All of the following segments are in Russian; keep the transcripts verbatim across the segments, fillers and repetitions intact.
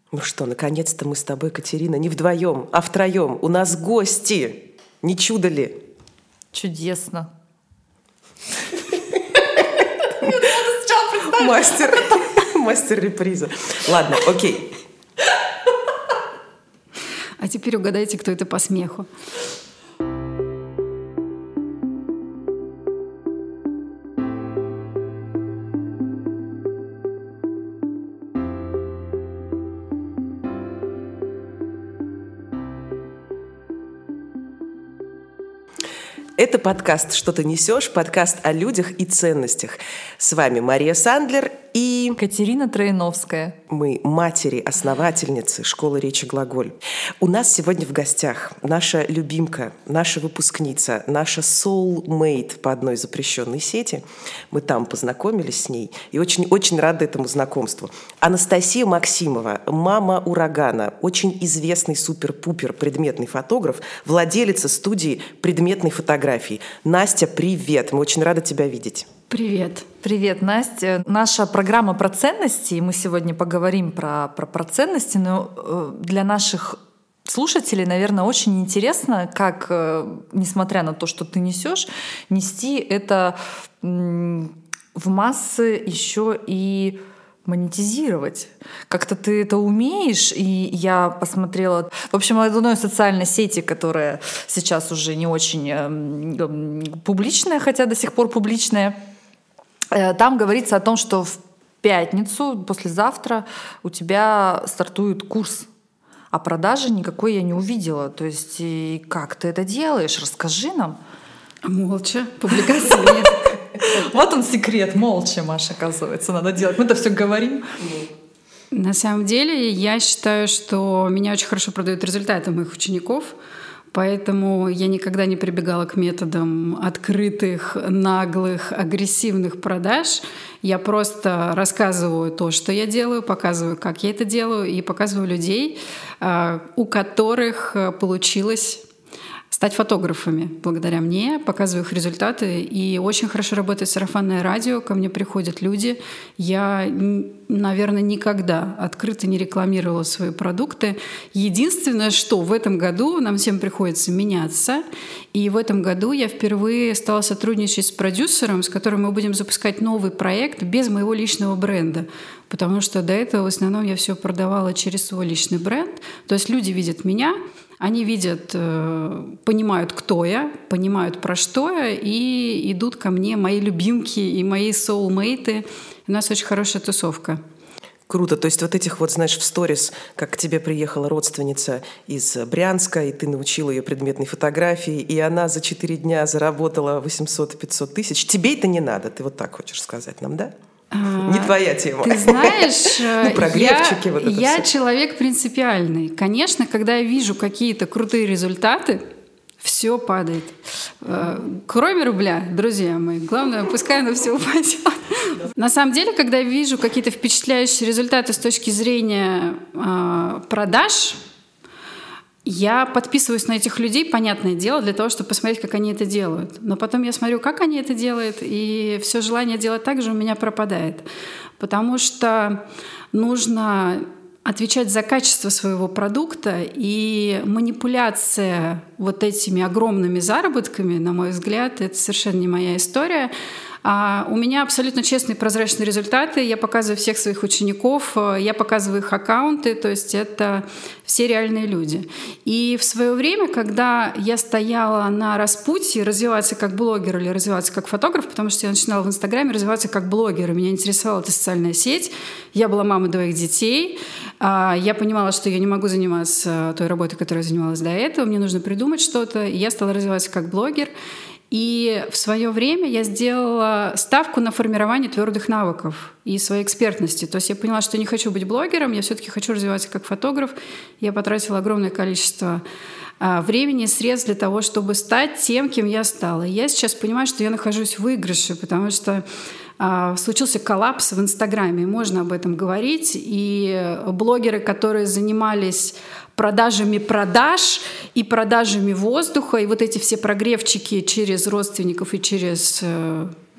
Ну что, наконец-то мы с тобой, Катерина, не вдвоем, а втроем. У нас гости. Не чудо ли? Чудесно. Мастер. Мастер реприза. Ладно, окей. А теперь угадайте, кто это по смеху. Это подкаст «Что ты несешь?», подкаст о людях и ценностях. С вами Мария Сандлер и... Катерина Троиновская. Мы матери-основательницы школы речи «Глаголь». У нас сегодня в гостях наша любимка, наша выпускница, наша soulmate по одной запрещенной сети. Мы там познакомились с ней и очень-очень рады этому знакомству. Анастасия Максимова, мама урагана, очень известный супер-пупер предметный фотограф, владелица студии предметной фотографии. Настя, привет! Мы очень рады тебя видеть. Привет. Привет, Настя. Наша программа про ценности, и мы сегодня поговорим про, про, про ценности, но для наших слушателей, наверное, очень интересно, как, несмотря на то, что ты несешь, нести это в массы еще и монетизировать. Как-то ты это умеешь, и я посмотрела... В общем, одной социальной сети, которая сейчас уже не очень э, публичная, хотя до сих пор публичная, э, там говорится о том, что в пятницу, послезавтра, у тебя стартует курс, а продажи никакой я не увидела. То есть и как ты это делаешь? Расскажи нам. Молча. Публикации нет. Вот он секрет, молча, Маша, оказывается, надо делать. Мы-то все говорим. На самом деле, я считаю, что меня очень хорошо продают результаты моих учеников, поэтому я никогда не прибегала к методам открытых, наглых, агрессивных продаж. Я просто рассказываю то, что я делаю, показываю, как я это делаю, и показываю людей, у которых получилось стать фотографами благодаря мне, показываю их результаты. И очень хорошо работает сарафанное радио, ко мне приходят люди. Я, наверное, никогда открыто не рекламировала свои продукты. Единственное, что в этом году нам всем приходится меняться. И в этом году я впервые стала сотрудничать с продюсером, с которым мы будем запускать новый проект без моего личного бренда. Потому что до этого в основном я все продавала через свой личный бренд. То есть люди видят меня, они видят, понимают, кто я, понимают, про что я, и идут ко мне мои любимки и мои соулмейты. У нас очень хорошая тусовка. Круто. То есть вот этих вот, знаешь, в сторис, как к тебе приехала родственница из Брянска, и ты научила ее предметной фотографии, и она за четыре дня заработала восемьсот-пятьсот тысяч. Тебе это не надо, ты вот так хочешь сказать нам, да? Не твоя тема. Ты знаешь, ну, про гребчики, я, вот это я все. Человек принципиальный. Конечно, когда я вижу какие-то крутые результаты, все падает. Кроме рубля, друзья мои. Главное, пускай оно все упадет. На самом деле, когда я вижу какие-то впечатляющие результаты с точки зрения продаж, я подписываюсь на этих людей, понятное дело, для того, чтобы посмотреть, как они это делают. Но потом я смотрю, как они это делают, и все желание делать так же у меня пропадает. Потому что нужно отвечать за качество своего продукта, и манипуляция вот этими огромными заработками, на мой взгляд, это совершенно не моя история. А у меня абсолютно честные, прозрачные результаты. Я показываю всех своих учеников, я показываю их аккаунты, то есть это все реальные люди. И в свое время, когда я стояла на распутье развиваться как блогер или развиваться как фотограф, потому что я начинала в Инстаграме развиваться как блогер, и меня интересовала эта социальная сеть, я была мамой двоих детей, я понимала, что я не могу заниматься той работой, которой я занималась до этого, мне нужно придумать что-то, и я стала развиваться как блогер. И в свое время я сделала ставку на формирование твердых навыков и своей экспертности. То есть я поняла, что не хочу быть блогером, я все-таки хочу развиваться как фотограф. Я потратила огромное количество времени и средств для того, чтобы стать тем, кем я стала. И я сейчас понимаю, что я нахожусь в выигрыше, потому что случился коллапс в Инстаграме, можно об этом говорить. И блогеры, которые занимались продажами продаж и продажами воздуха, и вот эти все прогревчики через родственников и через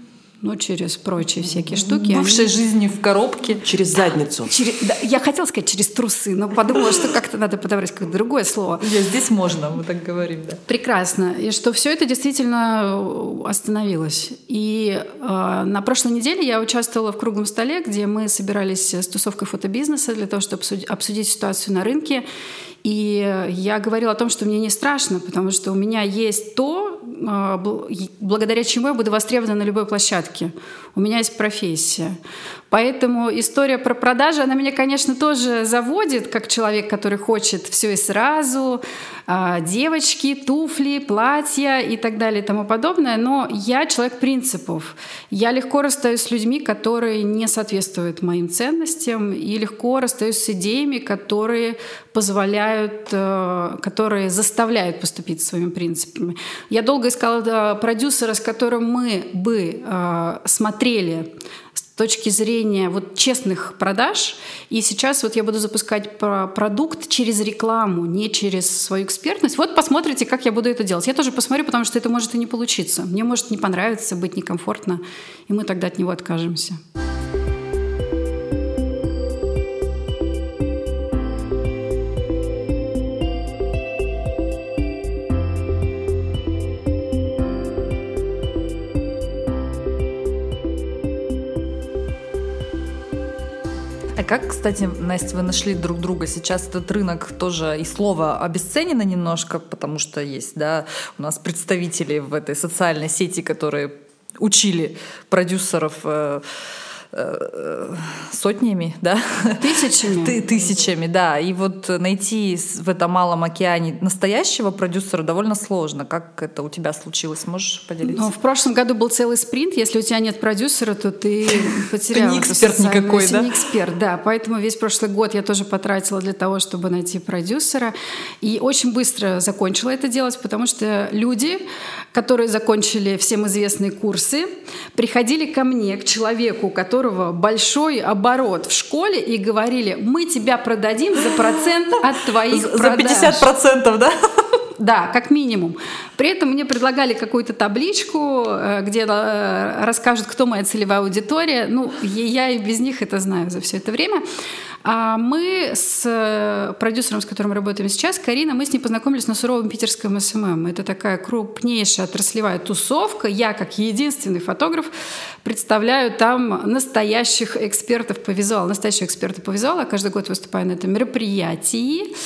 ну, через прочие всякие штуки. Бывшей они... жизни в коробке. Через задницу. Через... Да, я хотела сказать через трусы, но подумала, что как-то надо подобрать какое-то другое слово. Нет, здесь можно, мы так говорим, да. Прекрасно. И что все это действительно остановилось. И э, на прошлой неделе я участвовала в круглом столе, где мы собирались с тусовкой фотобизнеса для того, чтобы обсудить, обсудить ситуацию на рынке. И я говорила о том, что мне не страшно, потому что у меня есть то, благодаря чему я буду востребована на любой площадке. У меня есть профессия. Поэтому история про продажи, она меня, конечно, тоже заводит, как человек, который хочет все и сразу, девочки, туфли, платья и так далее и тому подобное. Но я человек принципов. Я легко расстаюсь с людьми, которые не соответствуют моим ценностям, и легко расстаюсь с идеями, которые позволяют, которые заставляют поступить своими принципами. Я долго искала продюсера, с которым мы бы смотрели с точки зрения вот честных продаж. И сейчас вот я буду запускать продукт через рекламу, не через свою экспертность. Вот посмотрите, как я буду это делать. Я тоже посмотрю, потому что это может и не получиться. Мне может не понравиться, быть некомфортно, и мы тогда от него откажемся. А как, кстати, Настя, вы нашли друг друга? Сейчас этот рынок тоже и слово обесценено немножко, потому что есть, да, у нас представители в этой социальной сети, которые учили продюсеров э, э, сотнями, да? Тысячами. Ты, тысячами, да. И вот найти в этом малом океане настоящего продюсера довольно сложно. Как это у тебя случилось? Можешь поделиться? Ну, в прошлом году был целый спринт. Если у тебя нет продюсера, то ты потерял. Ты не эксперт никакой, да? Не эксперт, да. Поэтому весь прошлый год я тоже потратила для того, чтобы найти продюсера. И очень быстро закончила это делать, потому что люди, которые закончили всем известные курсы, приходили ко мне, к человеку, у которого большой оборот в школе, и говорили: мы тебя продадим за процент от твоих за продаж. За пятьдесят процентов, да? Да, как минимум. При этом мне предлагали какую-то табличку, где расскажут, кто моя целевая аудитория. Ну, я и без них это знаю за все это время. А мы с продюсером, с которым работаем сейчас, Карина, мы с ней познакомились на суровом питерском эс эм эм. Это такая крупнейшая отраслевая тусовка. Я, как единственный фотограф, представляю там настоящих экспертов по визуалу. Настоящих экспертов по визуалу. Я каждый год выступаю на этом мероприятии.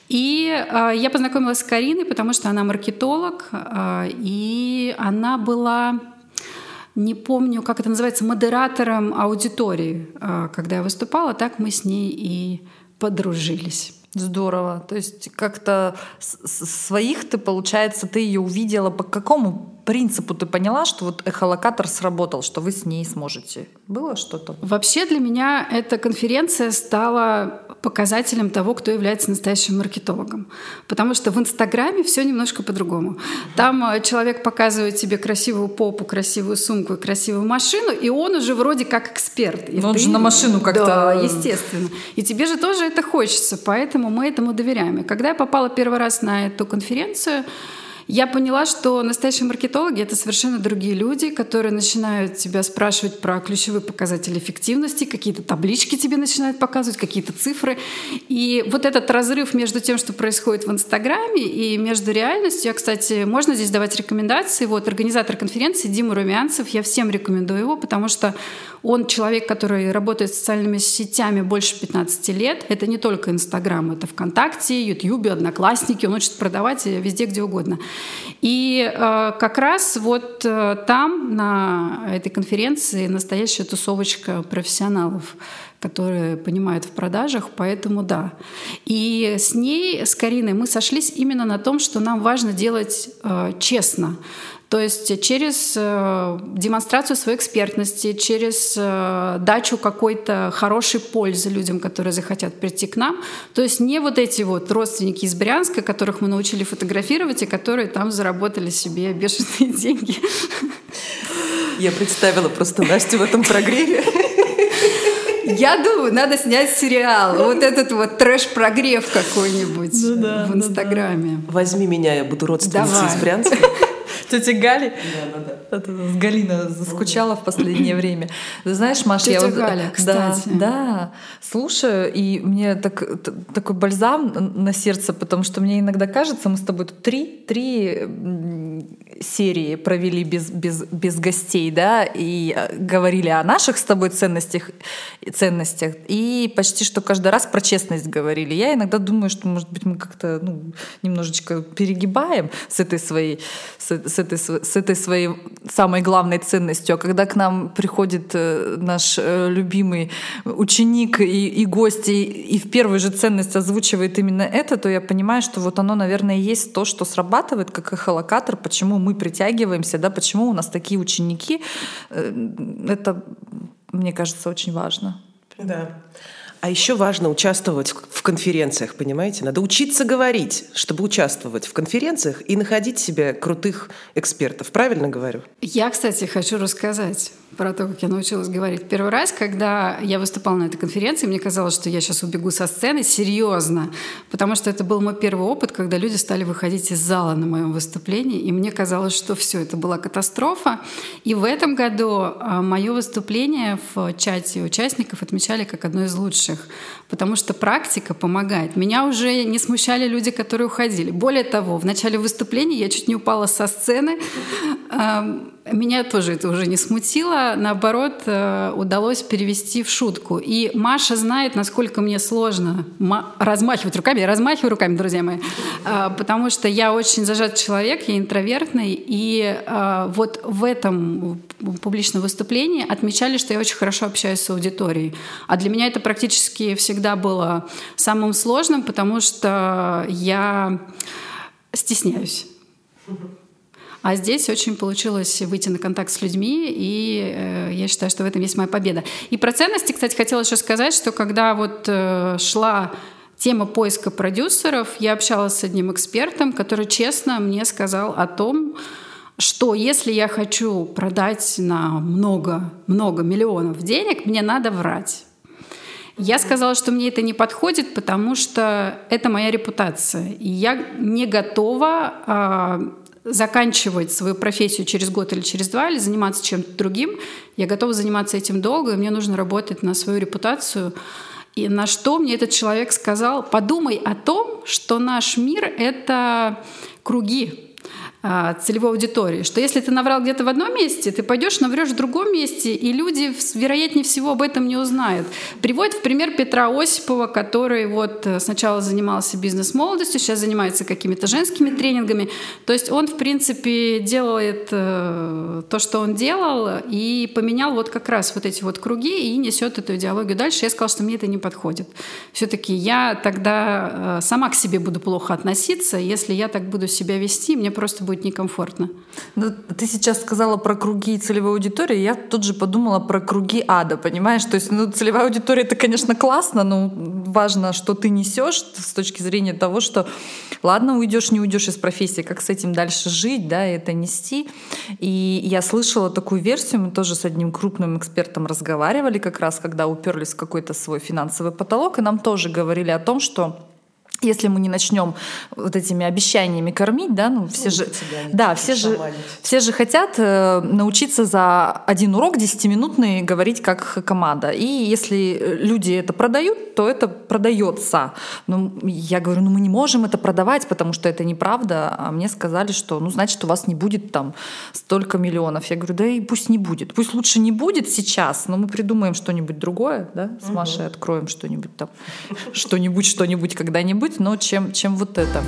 И э, я познакомилась с Кариной, потому что она маркетолог, э, и она была... не помню, как это называется, модератором аудитории. Когда я выступала, так мы с ней и подружились. Здорово. То есть как-то своих ты, получается, ты ее увидела. По какому принципу ты поняла, что вот эхолокатор сработал, что вы с ней сможете? Было что-то? Вообще для меня эта конференция стала показателем того, кто является настоящим маркетологом. Потому что в Инстаграме все немножко по-другому. Там человек показывает тебе красивую попу, красивую сумку и красивую машину, и он уже вроде как эксперт. Но он же на машину как-то... Да, естественно. И тебе же тоже это хочется, поэтому мы этому доверяем. И когда я попала первый раз на эту конференцию, я поняла, что настоящие маркетологи — это совершенно другие люди, которые начинают тебя спрашивать про ключевые показатели эффективности, какие-то таблички тебе начинают показывать, какие-то цифры. И вот этот разрыв между тем, что происходит в Инстаграме, и между реальностью. Я, кстати, можно здесь давать рекомендации. Вот организатор конференции Дима Румянцев, я всем рекомендую его, потому что он человек, который работает с социальными сетями больше пятнадцати лет. Это не только Инстаграм, это ВКонтакте, Ютьюбе, Одноклассники. Он учит продавать везде, где угодно. И э, как раз вот э, там, на этой конференции, настоящая тусовочка профессионалов, которые понимают в продажах, поэтому да. И с ней, с Кариной, мы сошлись именно на том, что нам важно делать э, честно. То есть через э, демонстрацию своей экспертности, через э, дачу какой-то хорошей пользы людям, которые захотят прийти к нам. То есть не вот эти вот родственники из Брянска, которых мы научили фотографировать и которые там заработали себе бешеные деньги. Я представила просто Настю в этом прогреве. Я думаю, надо снять сериал. Вот этот вот трэш-прогрев какой-нибудь ну да, в Инстаграме. Ну да. Возьми меня, я буду родственницей из Брянска. Тетя Гали? Да, да, да. С Галина заскучала в последнее время. Ты знаешь, Маша, я Тетя вот... Галя, кстати. Да, да, слушаю, и мне так, такой бальзам на сердце, потому что мне иногда кажется, мы с тобой тут три, три серии провели без, без, без гостей, да, и говорили о наших с тобой ценностях, ценностях, и почти что каждый раз про честность говорили. Я иногда думаю, что, может быть, мы как-то ну, немножечко перегибаем с этой своей с, с, этой, с этой своей самой главной ценностью. А когда к нам приходит наш любимый ученик и, и гость, и, и в первую же ценность озвучивает именно это, то я понимаю, что вот оно, наверное, есть то, что срабатывает как эхолокатор, почему мы притягиваемся, да, почему у нас такие ученики. Это, мне кажется, очень важно. Да. А еще важно участвовать в конференциях, понимаете? Надо учиться говорить, чтобы участвовать в конференциях и находить себе крутых экспертов. Правильно говорю? Я, кстати, хочу рассказать про то, как я научилась говорить. Первый раз, когда я выступала на этой конференции, мне казалось, что я сейчас убегу со сцены, серьезно, потому что это был мой первый опыт, когда люди стали выходить из зала на моем выступлении, и мне казалось, что все, это была катастрофа. И в этом году мое выступление в чате участников отмечали как одно из лучших, потому что практика помогает. Меня уже не смущали люди, которые уходили. Более того, в начале выступления я чуть не упала со сцены. Меня тоже это уже не смутило. Наоборот, удалось перевести в шутку. И Маша знает, насколько мне сложно размахивать руками. Я размахиваю руками, друзья мои, потому что я очень зажатый человек, я интровертный. И вот в этом публичном выступлении отмечали, что я очень хорошо общаюсь с аудиторией. А для меня это практически всегда было самым сложным, потому что я стесняюсь. А здесь очень получилось выйти на контакт с людьми, и э, я считаю, что в этом есть моя победа. И про ценности, кстати, хотела еще сказать, что когда вот э, шла тема поиска продюсеров, я общалась с одним экспертом, который честно мне сказал о том, что если я хочу продать на много-много миллионов денег, мне надо врать. Я сказала, что мне это не подходит, потому что это моя репутация. И я не готова а, заканчивать свою профессию через год или через два, или заниматься чем-то другим. Я готова заниматься этим долго, и мне нужно работать на свою репутацию. И на что мне этот человек сказал: подумай о том, что наш мир — это круги целевой аудитории, что если ты наврал где-то в одном месте, ты пойдешь наврешь в другом месте, и люди, вероятнее всего, об этом не узнают. Приводит в пример Петра Осипова, который вот сначала занимался бизнес-молодостью, сейчас занимается какими-то женскими тренингами. То есть он, в принципе, делает то, что он делал, и поменял вот как раз вот эти вот круги и несет эту идеологию дальше. Я сказала, что мне это не подходит. Все-таки я тогда сама к себе буду плохо относиться. Если я так буду себя вести, мне просто будет некомфортно. Ну, ты сейчас сказала про круги целевой аудитории, я тут же подумала про круги ада, понимаешь? То есть, ну, целевая аудитория — это, конечно, классно, но важно, что ты несешь с точки зрения того, что, ладно, уйдешь, не уйдешь из профессии, как с этим дальше жить, да, и это нести. И я слышала такую версию, мы тоже с одним крупным экспертом разговаривали как раз, когда уперлись в какой-то свой финансовый потолок, и нам тоже говорили о том, что если мы не начнем вот этими обещаниями кормить, да, ну все ну, же, да, все же, все же хотят э, научиться за один урок десятиминутный говорить как команда. И если люди это продают, то это продается. Но я говорю, ну мы не можем это продавать, потому что это неправда. А мне сказали, что, ну значит, у вас не будет там столько миллионов. Я говорю, да и пусть не будет, пусть лучше не будет сейчас, но мы придумаем что-нибудь другое, да, с Машей откроем что-нибудь там, что-нибудь, что-нибудь когда-нибудь. Но чем, чем вот это.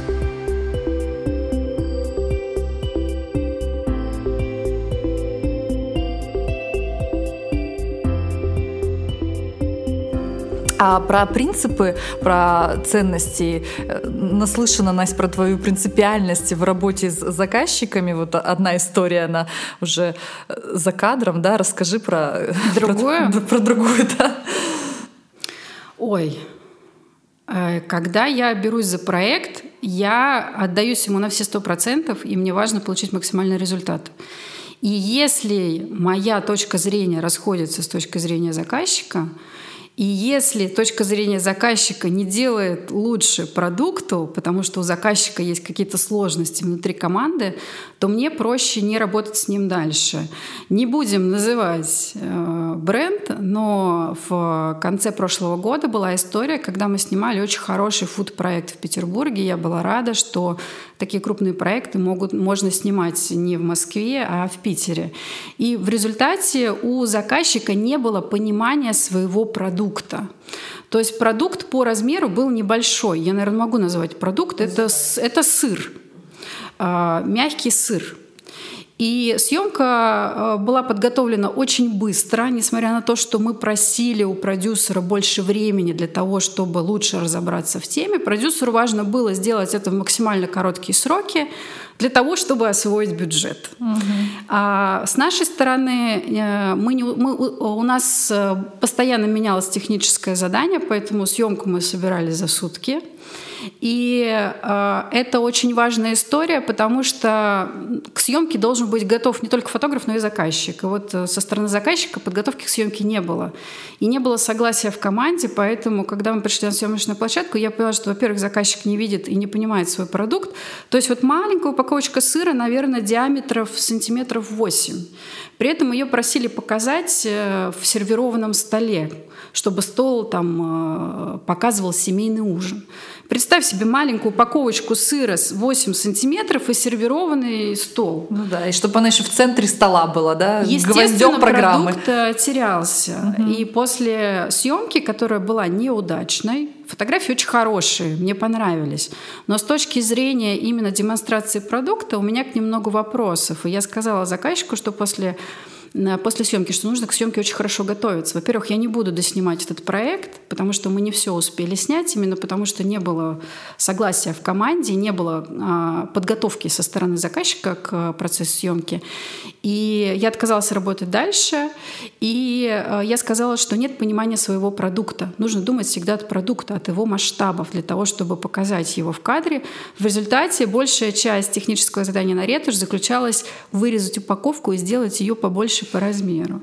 А про принципы, про ценности наслышана, Настя, про твою принципиальность в работе с заказчиками. Вот одна история, она уже за кадром, да? Расскажи про другую, про, про другую, да. Ой. Когда я берусь за проект, я отдаюсь ему на все сто процентов, и мне важно получить максимальный результат. И если моя точка зрения расходится с точкой зрения заказчика, И если точка зрения заказчика не делает лучше продукту, потому что у заказчика есть какие-то сложности внутри команды, то мне проще не работать с ним дальше. Не будем называть э, бренд, но в конце прошлого года была история, когда мы снимали очень хороший фуд-проект в Петербурге. Я была рада, что такие крупные проекты могут, можно снимать не в Москве, а в Питере. И в результате у заказчика не было понимания своего продукта. То есть продукт по размеру был небольшой. Я, наверное, могу назвать продукт. Это, это сыр, мягкий сыр. И съемка была подготовлена очень быстро, несмотря на то, что мы просили у продюсера больше времени для того, чтобы лучше разобраться в теме. Продюсеру важно было сделать это в максимально короткие сроки для того, чтобы освоить бюджет. Угу. А с нашей стороны мы не, мы, у нас постоянно менялось техническое задание, поэтому съемку мы собирали за сутки. И э, это очень важная история, потому что к съемке должен быть готов не только фотограф, но и заказчик. И вот со стороны заказчика подготовки к съемке не было. И не было согласия в команде, поэтому, когда мы пришли на съемочную площадку, я поняла, что, во-первых, заказчик не видит и не понимает свой продукт. То есть вот маленькая упаковочка сыра, наверное, диаметров сантиметров восемь. При этом ее просили показать в сервированном столе, чтобы стол там показывал семейный ужин. Представь себе маленькую упаковочку сыра с восемь сантиметров и сервированный стол. Ну да, и чтобы она еще в центре стола была, да, естественно, программы. Продукт терялся. Угу. И после съемки, которая была неудачной, фотографии очень хорошие, мне понравились. Но с точки зрения именно демонстрации продукта у меня к ним много вопросов. И я сказала заказчику, что после после съемки, что нужно к съемке очень хорошо готовиться. Во-первых, я не буду доснимать этот проект, потому что мы не все успели снять, именно потому что не было согласия в команде, не было а, подготовки со стороны заказчика к процессу съемки. И я отказалась работать дальше, и а, я сказала, что нет понимания своего продукта. Нужно думать всегда от продукта, от его масштабов, для того, чтобы показать его в кадре. В результате большая часть технического задания на ретушь заключалась в вырезать упаковку и сделать ее побольше по размеру.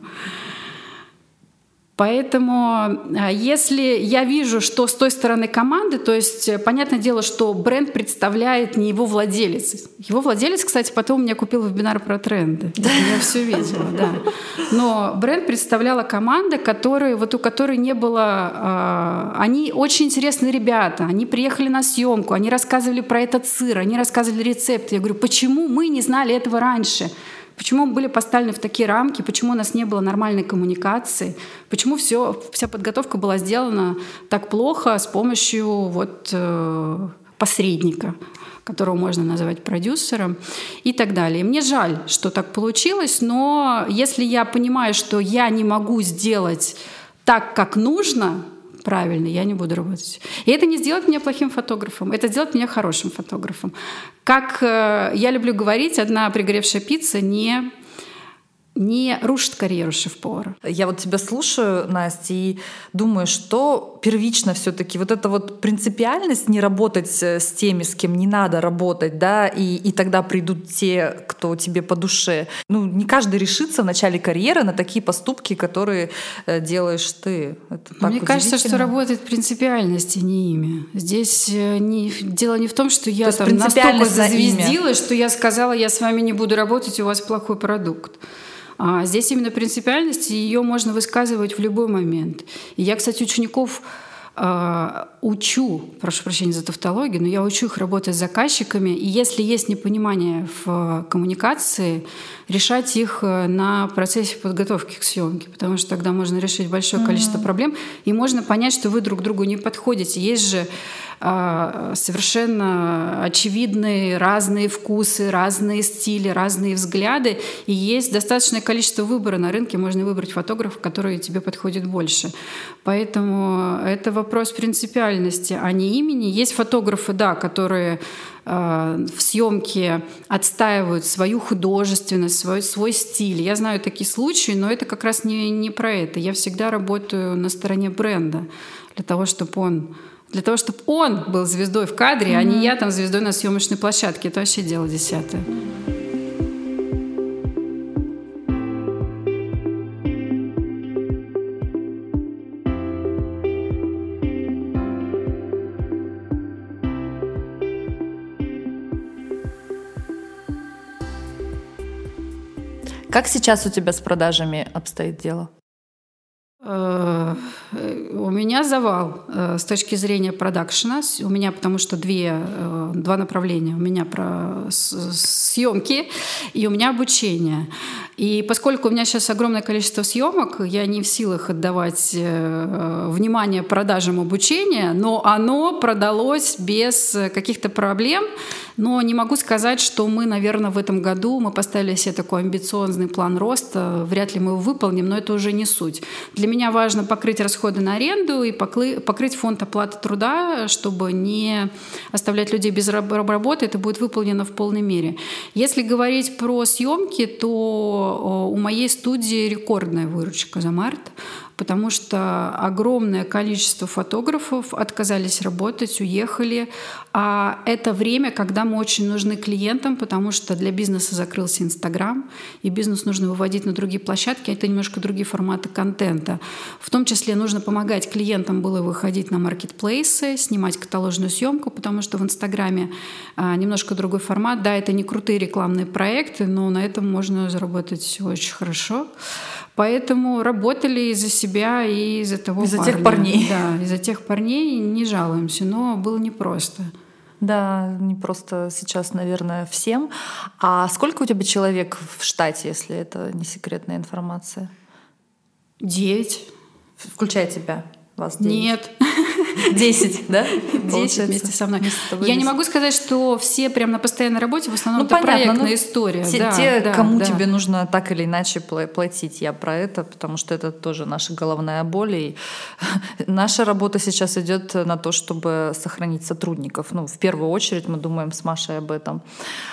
Поэтому если я вижу, что с той стороны команды, то есть понятное дело, что бренд представляет не его владелец. Его владелец, кстати, потом у меня купил вебинар про тренды. Я все видела, да. Но бренд представляла команда, которая, вот у которой не было... Они очень интересные ребята. Они приехали на съемку, они рассказывали про этот сыр, они рассказывали рецепты. Я говорю, почему мы не знали этого раньше? Почему мы были поставлены в такие рамки? Почему у нас не было нормальной коммуникации? Почему все, вся подготовка была сделана так плохо с помощью вот, э, посредника, которого можно назвать продюсером и так далее. И мне жаль, что так получилось, но если я понимаю, что я не могу сделать так, как нужно, правильно, я не буду работать. И это не сделает меня плохим фотографом, это сделает меня хорошим фотографом. Как э, я люблю говорить, одна пригоревшая пицца не, не рушит карьеру шеф-повара. Я вот тебя слушаю, Настя, и думаю, что первично все-таки вот эта вот принципиальность не работать с теми, с кем не надо работать, да, и, и тогда придут те, кто тебе по душе. Ну, не каждый решится в начале карьеры на такие поступки, которые делаешь ты. Это так Мне кажется, что работает принципиальность, а не имя. Здесь не, дело не в том, что я там настолько зазвездилась, что я сказала, я с вами не буду работать, у вас плохой продукт. А здесь именно принципиальность, и ее можно высказывать в любой момент. И я, кстати, учеников э, учу, прошу прощения за тавтологию, но я учу их работать с заказчиками, и если есть непонимание в коммуникации, решать их на процессе подготовки к съемке, потому что тогда можно решить большое количество mm-hmm. проблем, и можно понять, что вы друг другу не подходите. Есть же совершенно очевидные разные вкусы, разные стили, разные взгляды. И есть достаточное количество выбора на рынке. Можно выбрать фотографа, который тебе подходит больше. Поэтому это вопрос принципиальности, а не имени. Есть фотографы, да, которые в съемке отстаивают свою художественность, свой, свой стиль. Я знаю такие случаи, но это как раз не, не про это. Я всегда работаю на стороне бренда для того, чтобы он Для того, чтобы он был звездой в кадре, mm-hmm. а не я там звездой на съемочной площадке. Это вообще дело десятое. Как сейчас у тебя с продажами обстоит дело? У меня завал с точки зрения продакшена. У меня потому что две, два направления. У меня про съемки и у меня обучение. И поскольку у меня сейчас огромное количество съемок, я не в силах отдавать внимание продажам обучения, но оно продалось без каких-то проблем. Но не могу сказать, что мы, наверное, в этом году мы поставили себе такой амбициозный план роста. Вряд ли мы его выполним, но это уже не суть. Для меня важно покрыть расходы на аренду и покрыть фонд оплаты труда, чтобы не оставлять людей без работы. Это будет выполнено в полной мере. Если говорить про съемки, то у моей студии рекордная выручка за март, потому что огромное количество фотографов отказались работать, уехали. А это время, когда мы очень нужны клиентам, потому что для бизнеса закрылся Инстаграм, и бизнес нужно выводить на другие площадки, это немножко другие форматы контента. В том числе нужно помогать клиентам было выходить на маркетплейсы, снимать каталожную съемку, потому что в Инстаграме немножко другой формат. Да, это не крутые рекламные проекты, но на этом можно заработать очень хорошо. Поэтому работали из-за себя и из-за того из-за парня. тех парней. Да, из-за тех парней не жалуемся, но было непросто. Да, не просто сейчас, наверное, всем. А сколько у тебя человек в штате, если это не секретная информация? Девять. Включая тебя? Вас девять? Нет. Десять, да? Десять вместе со мной. Я не могу сказать, что все прям на постоянной работе, в основном ну, это понятно, проектная ну, история. Те, да, те да, кому да. тебе нужно так или иначе платить, я про это, потому что это тоже наша головная боль. И наша работа сейчас идет на то, чтобы сохранить сотрудников. Ну, в первую очередь мы думаем с Машей об этом.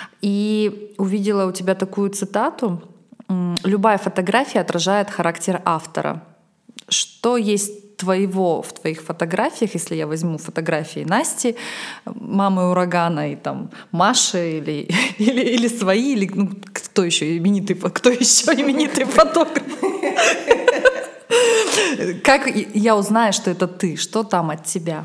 И увидела у тебя такую цитату: «Любая фотография отражает характер автора». Что есть твоего в твоих фотографиях, если я возьму фотографии Насти, мамы урагана и там Маши или, или, или свои, или ну, кто еще именитый, кто еще именитый фотограф? Как я узнаю, что это ты? Что там от тебя?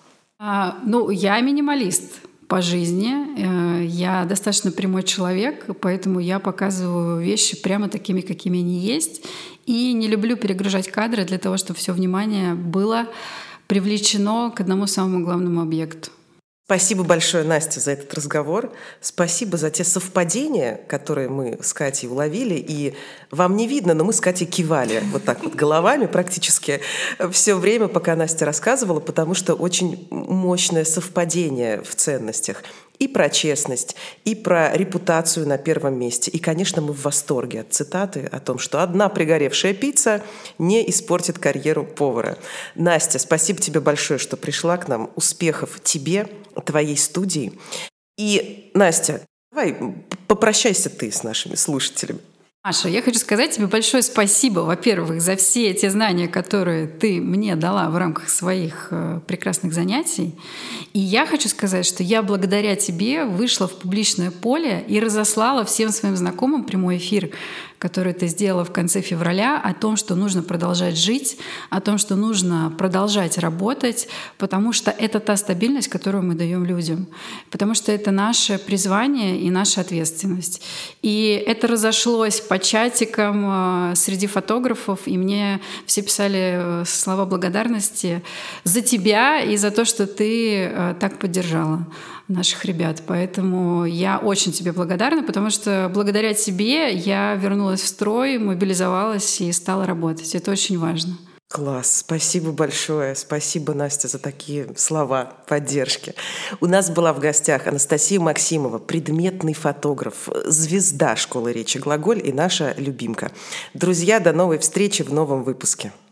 А, ну, я минималист по жизни. Я достаточно прямой человек, поэтому я показываю вещи прямо такими, какими они есть. И не люблю перегружать кадры для того, чтобы все внимание было привлечено к одному самому главному объекту. Спасибо большое, Настя, за этот разговор. Спасибо за те совпадения, которые мы с Катей уловили. И вам не видно, но мы с Катей кивали вот так вот головами практически все время, пока Настя рассказывала, потому что очень мощное совпадение в ценностях. И про честность, и про репутацию на первом месте. И, конечно, мы в восторге от цитаты о том, что одна пригоревшая пицца не испортит карьеру повара. Настя, спасибо тебе большое, что пришла к нам. Успехов тебе, твоей студии. И, Настя, давай попрощайся ты с нашими слушателями. Маша, я хочу сказать тебе большое спасибо, во-первых, за все те знания, которые ты мне дала в рамках своих э, прекрасных занятий. И я хочу сказать, что я благодаря тебе вышла в публичное поле и разослала всем своим знакомым прямой эфир, который ты сделала в конце февраля, о том, что нужно продолжать жить, о том, что нужно продолжать работать, потому что это та стабильность, которую мы даем людям, потому что это наше призвание и наша ответственность. И это разошлось по чатикам среди фотографов, и мне все писали слова благодарности за тебя и за то, что ты так поддержала наших ребят. Поэтому я очень тебе благодарна, потому что благодаря тебе я вернулась в строй, мобилизовалась и стала работать. Это очень важно. Класс, спасибо большое. Спасибо, Настя, за такие слова поддержки. У нас была в гостях Анастасия Максимова, предметный фотограф, звезда школы речи «Глаголь» и наша любимка. Друзья, до новой встречи в новом выпуске.